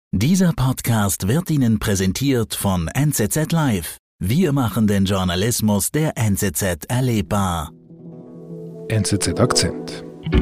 Dieser Podcast wird Ihnen präsentiert von NZZ Live. Wir machen den Journalismus der NZZ erlebbar. NZZ Akzent.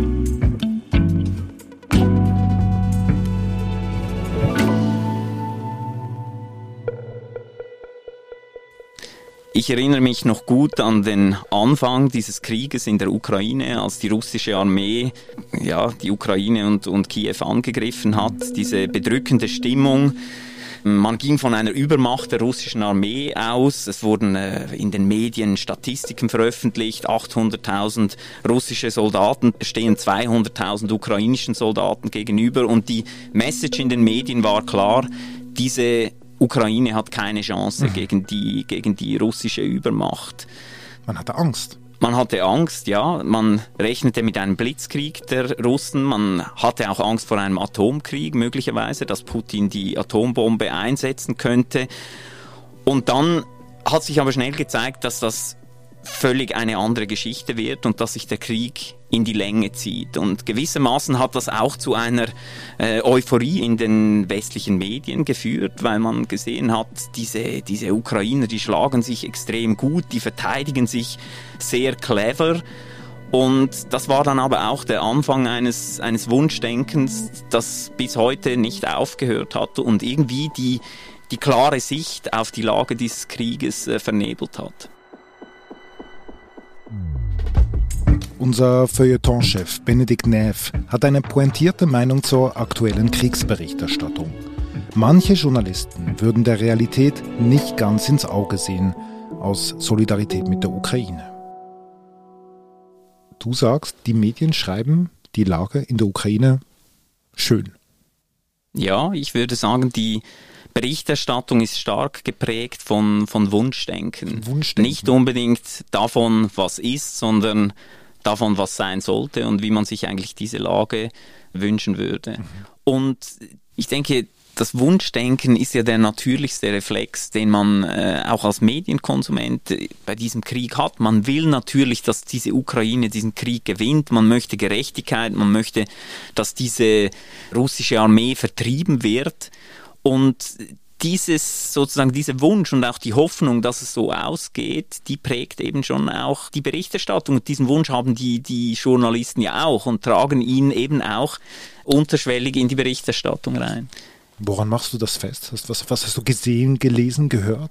Ich erinnere mich noch gut an den Anfang dieses Krieges in der Ukraine, als die russische Armee die Ukraine und Kiew angegriffen hat. Diese bedrückende Stimmung. Man ging von einer Übermacht der russischen Armee aus. Es wurden in den Medien Statistiken veröffentlicht. 800.000 russische Soldaten stehen 200.000 ukrainischen Soldaten gegenüber. Und die Message in den Medien war klar, diese Ukraine hat keine Chance gegen die russische Übermacht. Man hatte Angst. Man hatte Angst, ja. Man rechnete mit einem Blitzkrieg der Russen. Man hatte auch Angst vor einem Atomkrieg möglicherweise, dass Putin die Atombombe einsetzen könnte. Und dann hat sich aber schnell gezeigt, dass das völlig eine andere Geschichte wird und dass sich der Krieg in die Länge zieht. Und gewissermaßen hat das auch zu einer Euphorie in den westlichen Medien geführt, weil man gesehen hat, diese Ukrainer, die schlagen sich extrem gut, die verteidigen sich sehr clever. Und das war dann aber auch der Anfang eines Wunschdenkens, das bis heute nicht aufgehört hat und irgendwie die klare Sicht auf die Lage dieses Krieges vernebelt hat. Unser Feuilletonchef Benedikt Näf hat eine pointierte Meinung zur aktuellen Kriegsberichterstattung. Manche Journalisten würden der Realität nicht ganz ins Auge sehen, aus Solidarität mit der Ukraine. Du sagst, die Medien schreiben die Lage in der Ukraine schön. Ja, ich würde sagen, die Berichterstattung ist stark geprägt von Wunschdenken. Nicht unbedingt davon, was ist, sondern davon, was sein sollte und wie man sich eigentlich diese Lage wünschen würde. Und ich denke, das Wunschdenken ist ja der natürlichste Reflex, den man auch als Medienkonsument bei diesem Krieg hat. Man will natürlich, dass diese Ukraine diesen Krieg gewinnt. Man möchte Gerechtigkeit, man möchte, dass diese russische Armee vertrieben wird. Und dieser Wunsch und auch die Hoffnung, dass es so ausgeht, die prägt eben schon auch die Berichterstattung. Und diesen Wunsch haben die Journalisten ja auch und tragen ihn eben auch unterschwellig in die Berichterstattung rein. Woran machst du das fest? Was hast du gesehen, gelesen, gehört?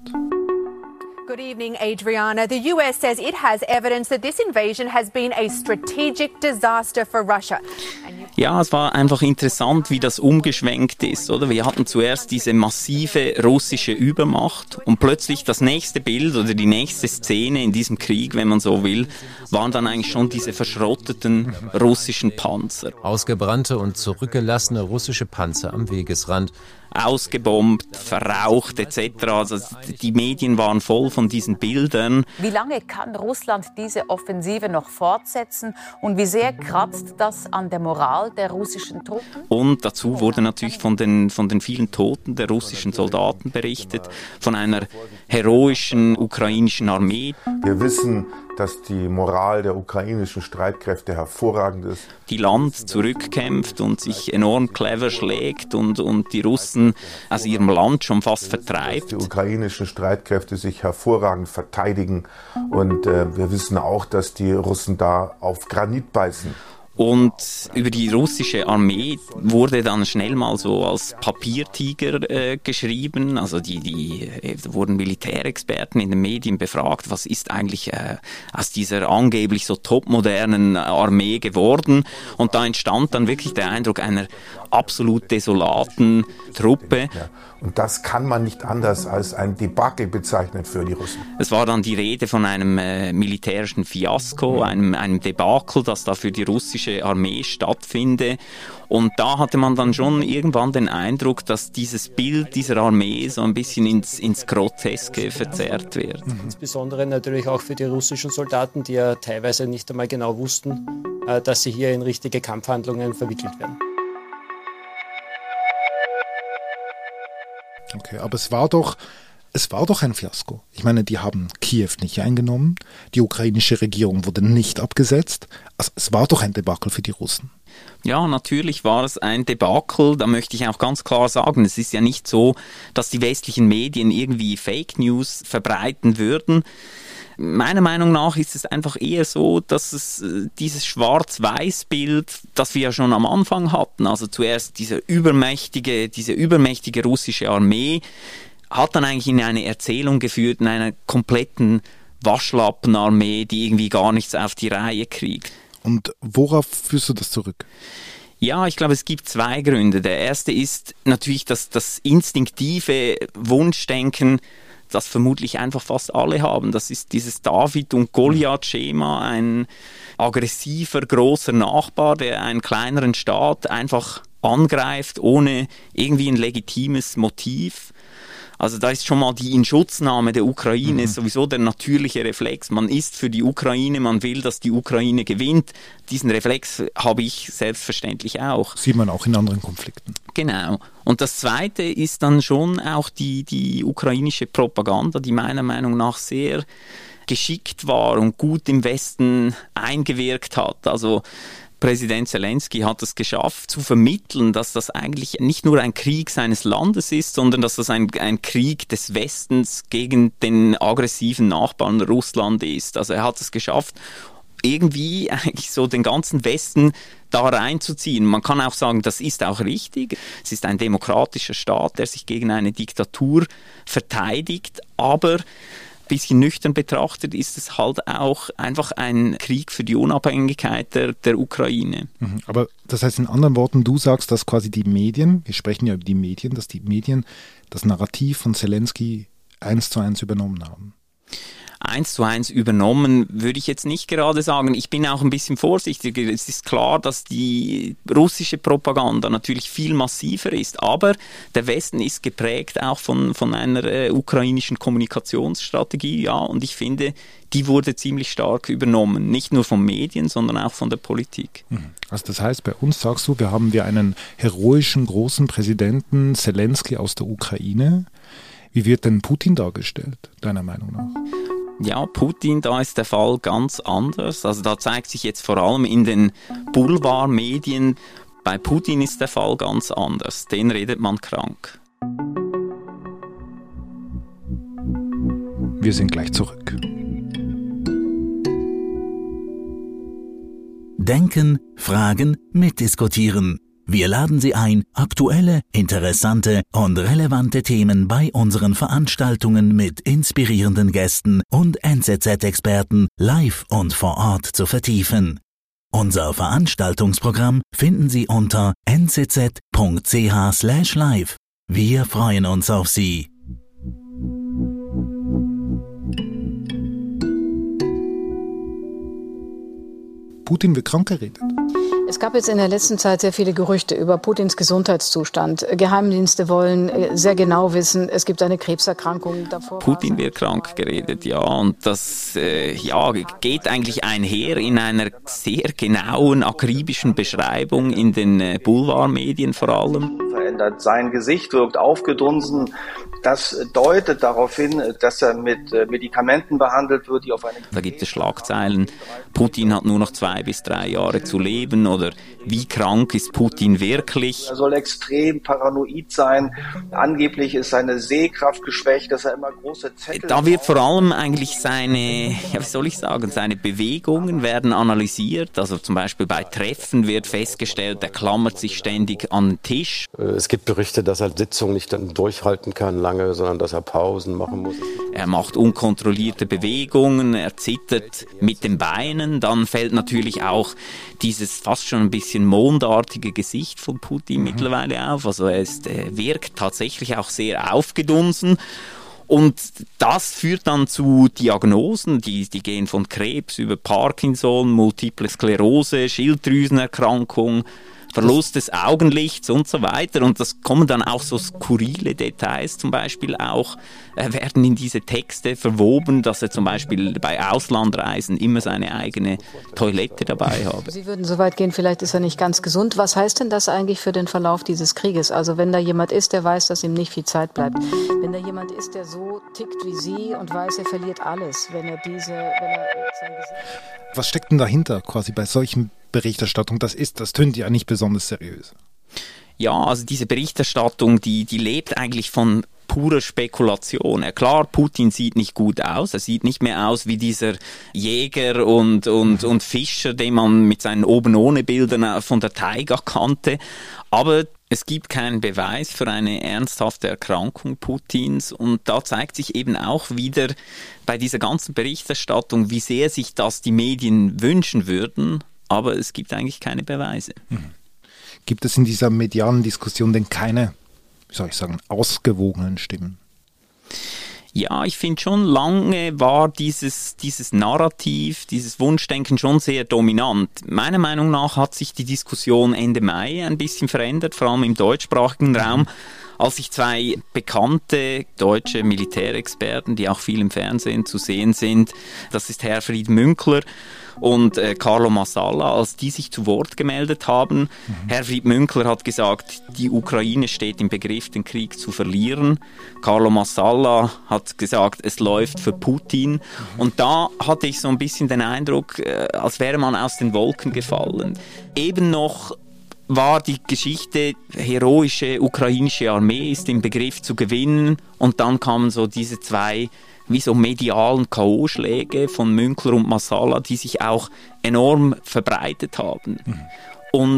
Good evening, Adriana. The US says it has evidence that this invasion has been a strategic disaster for Russia. Ja, es war einfach interessant, wie das umgeschwenkt ist, oder? Wir hatten zuerst diese massive russische Übermacht und plötzlich das nächste Bild oder die nächste Szene in diesem Krieg, wenn man so will, waren dann eigentlich schon diese verschrotteten russischen Panzer. Ausgebrannte und zurückgelassene russische Panzer am Wegesrand. Ausgebombt, verraucht etc. Also die Medien waren voll von diesen Bildern. Wie lange kann Russland diese Offensive noch fortsetzen und wie sehr kratzt das an der Moral der russischen Truppen? Und dazu wurde natürlich von den vielen Toten der russischen Soldaten berichtet, von einer heroischen ukrainischen Armee. Wir wissen, dass die Moral der ukrainischen Streitkräfte hervorragend ist. Die Land zurückkämpft und sich enorm clever schlägt und die Russen aus ihrem Land schon fast vertreibt. Die ukrainischen Streitkräfte sich hervorragend verteidigen und wir wissen auch, dass die Russen da auf Granit beißen. Und über die russische Armee wurde dann schnell mal so als Papiertiger geschrieben. Also da wurden Militärexperten in den Medien befragt, was ist eigentlich aus dieser angeblich so topmodernen Armee geworden. Und da entstand dann wirklich der Eindruck einer absolut desolaten Truppe. Ja. Und das kann man nicht anders als ein Debakel bezeichnen für die Russen. Es war dann die Rede von einem militärischen Fiasko, einem Debakel, das da für die russische Armee stattfinde. Und da hatte man dann schon irgendwann den Eindruck, dass dieses Bild dieser Armee so ein bisschen ins Groteske verzerrt wird. Insbesondere natürlich auch für die russischen Soldaten, die ja teilweise nicht einmal genau wussten, dass sie hier in richtige Kampfhandlungen verwickelt werden. Okay, aber es war doch es war doch ein Fiasko. Ich meine, die haben Kiew nicht eingenommen, die ukrainische Regierung wurde nicht abgesetzt. Also es war doch ein Debakel für die Russen. Ja, natürlich war es ein Debakel, da möchte ich auch ganz klar sagen, es ist ja nicht so, dass die westlichen Medien irgendwie Fake News verbreiten würden. Meiner Meinung nach ist es einfach eher so, dass es dieses Schwarz-Weiß-Bild, das wir ja schon am Anfang hatten, also zuerst diese übermächtige russische Armee, hat dann eigentlich in eine Erzählung geführt, in einer kompletten Waschlappenarmee, die irgendwie gar nichts auf die Reihe kriegt. Und worauf führst du das zurück? Ja, ich glaube, es gibt zwei Gründe. Der erste ist natürlich das instinktive Wunschdenken, das vermutlich einfach fast alle haben. Das ist dieses David- und Goliath-Schema, ein aggressiver, großer Nachbar, der einen kleineren Staat einfach angreift, ohne irgendwie ein legitimes Motiv. Also da ist schon mal die Inschutznahme der Ukraine sowieso der natürliche Reflex. Man ist für die Ukraine, man will, dass die Ukraine gewinnt. Diesen Reflex habe ich selbstverständlich auch. Sieht man auch in anderen Konflikten. Genau. Und das Zweite ist dann schon auch die ukrainische Propaganda, die meiner Meinung nach sehr geschickt war und gut im Westen eingewirkt hat. Also Präsident Zelensky hat es geschafft, zu vermitteln, dass das eigentlich nicht nur ein Krieg seines Landes ist, sondern dass das ein Krieg des Westens gegen den aggressiven Nachbarn Russland ist. Also er hat es geschafft, irgendwie eigentlich so den ganzen Westen da reinzuziehen. Man kann auch sagen, das ist auch richtig. Es ist ein demokratischer Staat, der sich gegen eine Diktatur verteidigt, aber bisschen nüchtern betrachtet ist es halt auch einfach ein Krieg für die Unabhängigkeit der Ukraine. Aber das heißt in anderen Worten, du sagst, dass quasi die Medien, wir sprechen ja über die Medien, dass die Medien das Narrativ von Zelensky 1:1 übernommen haben. 1:1 übernommen, würde ich jetzt nicht gerade sagen. Ich bin auch ein bisschen vorsichtiger. Es ist klar, dass die russische Propaganda natürlich viel massiver ist, aber der Westen ist geprägt auch von einer ukrainischen Kommunikationsstrategie, ja, und ich finde, die wurde ziemlich stark übernommen. Nicht nur von Medien, sondern auch von der Politik. Also das heißt, bei uns sagst du, wir haben einen heroischen, großen Präsidenten Zelensky aus der Ukraine. Wie wird denn Putin dargestellt, deiner Meinung nach? Ja, Putin, da ist der Fall ganz anders. Also da zeigt sich jetzt vor allem in den Boulevardmedien, bei Putin ist der Fall ganz anders. Den redet man krank. Wir sind gleich zurück. Denken, fragen, mitdiskutieren. Wir laden Sie ein, aktuelle, interessante und relevante Themen bei unseren Veranstaltungen mit inspirierenden Gästen und NZZ-Experten live und vor Ort zu vertiefen. Unser Veranstaltungsprogramm finden Sie unter nzz.ch/live. Wir freuen uns auf Sie. Putin wird krank geredet. Es gab jetzt in der letzten Zeit sehr viele Gerüchte über Putins Gesundheitszustand. Geheimdienste wollen sehr genau wissen, es gibt eine Krebserkrankung. Davor Putin wird krank geredet, ja, und das geht eigentlich einher in einer sehr genauen, akribischen Beschreibung in den Boulevardmedien vor allem. Verändert. Sein Gesicht wirkt aufgedunsen. Das deutet darauf hin, dass er mit Medikamenten behandelt wird, die auf eine... Da gibt es Schlagzeilen, Putin hat nur noch 2 bis 3 Jahre zu leben oder wie krank ist Putin wirklich? Er soll extrem paranoid sein. Angeblich ist seine Sehkraft geschwächt, dass er immer große Zettel... Da wird vor allem eigentlich seine Bewegungen werden analysiert. Also zum Beispiel bei Treffen wird festgestellt, er klammert sich ständig an den Tisch. Es gibt Berichte, dass er Sitzungen nicht dann durchhalten kann lange, sondern dass er Pausen machen muss. Er macht unkontrollierte Bewegungen, er zittert mit den Beinen. Dann fällt natürlich auch dieses fast schon ein bisschen mondartige Gesicht von Putin mittlerweile auf. Also er wirkt tatsächlich auch sehr aufgedunsen. Und das führt dann zu Diagnosen, die gehen von Krebs über Parkinson, Multiple Sklerose, Schilddrüsenerkrankung. Verlust des Augenlichts und so weiter. Und das kommen dann auch so skurrile Details zum Beispiel auch, werden in diese Texte verwoben, dass er zum Beispiel bei Auslandreisen immer seine eigene Toilette dabei habe. Sie würden so weit gehen, vielleicht ist er nicht ganz gesund. Was heißt denn das eigentlich für den Verlauf dieses Krieges? Also wenn da jemand ist, der weiß, dass ihm nicht viel Zeit bleibt. Wenn da jemand ist, der so tickt wie Sie und weiß, er verliert alles, wenn er sein Gesicht... Was steckt denn dahinter quasi bei solchen Berichterstattung? Das tönt ja nicht besonders seriös. Ja, also diese Berichterstattung, die lebt eigentlich von purer Spekulation. Ja, klar, Putin sieht nicht gut aus. Er sieht nicht mehr aus wie dieser Jäger und Fischer, den man mit seinen Oben-ohne-Bildern von der Taiga kannte. Aber es gibt keinen Beweis für eine ernsthafte Erkrankung Putins. Und da zeigt sich eben auch wieder bei dieser ganzen Berichterstattung, wie sehr sich das die Medien wünschen würden. Aber es gibt eigentlich keine Beweise. Gibt es in dieser medialen Diskussion denn keine, ausgewogenen Stimmen? Ja, ich finde schon, lange war dieses Narrativ, dieses Wunschdenken schon sehr dominant. Meiner Meinung nach hat sich die Diskussion Ende Mai ein bisschen verändert, vor allem im deutschsprachigen Raum, als sich zwei bekannte deutsche Militärexperten, die auch viel im Fernsehen zu sehen sind, das ist Herfried Münkler und Carlo Massala, als die sich zu Wort gemeldet haben. Herfried Münkler hat gesagt, die Ukraine steht im Begriff, den Krieg zu verlieren. Carlo Massala hat gesagt, es läuft für Putin. Und da hatte ich so ein bisschen den Eindruck, als wäre man aus den Wolken gefallen. Eben noch war die Geschichte, heroische ukrainische Armee ist im Begriff zu gewinnen, und dann kamen so diese zwei wie so medialen K.O.-Schläge von Münkler und Massala, die sich auch enorm verbreitet haben. Und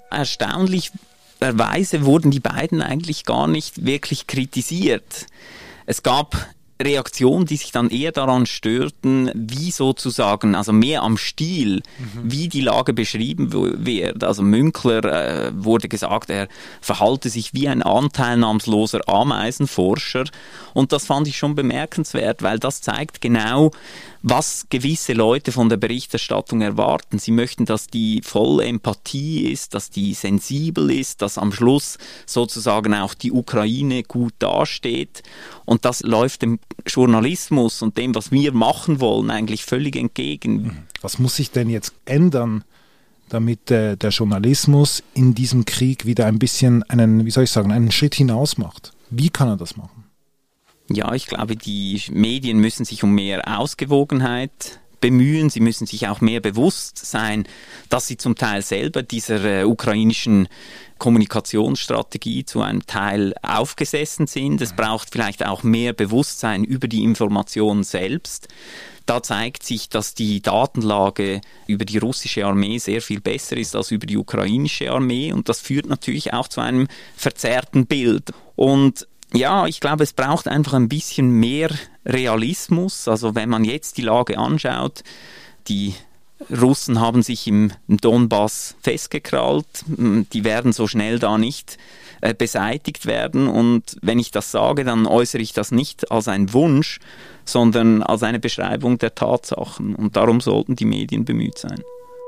erstaunlicherweise wurden die beiden eigentlich gar nicht wirklich kritisiert. Es gab Reaktionen, die sich dann eher daran störten, wie sozusagen, also mehr am Stil, wie die Lage beschrieben wird. Also Münkler wurde gesagt, er verhalte sich wie ein anteilnahmsloser Ameisenforscher, und das fand ich schon bemerkenswert, weil das zeigt genau, was gewisse Leute von der Berichterstattung erwarten. Sie möchten, dass die voll Empathie ist, dass die sensibel ist, dass am Schluss sozusagen auch die Ukraine gut dasteht, und das läuft dem Journalismus und dem, was wir machen wollen, eigentlich völlig entgegen. Was muss sich denn jetzt ändern, damit der Journalismus in diesem Krieg wieder ein bisschen einen Schritt hinaus macht? Wie kann er das machen? Ja, ich glaube, die Medien müssen sich um mehr Ausgewogenheit bemühen. Sie müssen sich auch mehr bewusst sein, dass sie zum Teil selber dieser ukrainischen Kommunikationsstrategie zu einem Teil aufgesessen sind. Es braucht vielleicht auch mehr Bewusstsein über die Information selbst. Da zeigt sich, dass die Datenlage über die russische Armee sehr viel besser ist als über die ukrainische Armee, und das führt natürlich auch zu einem verzerrten Bild. Und ja, ich glaube, es braucht einfach ein bisschen mehr Realismus. Also wenn man jetzt die Lage anschaut, die Russen haben sich im Donbass festgekrallt, die werden so schnell da nicht beseitigt werden, und wenn ich das sage, dann äußere ich das nicht als einen Wunsch, sondern als eine Beschreibung der Tatsachen, und darum sollten die Medien bemüht sein.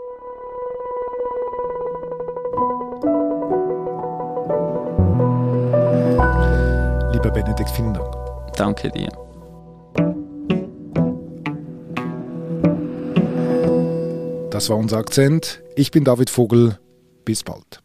Lieber Benedikt, vielen Dank. Danke dir. Das war unser Akzent. Ich bin David Vogel. Bis bald.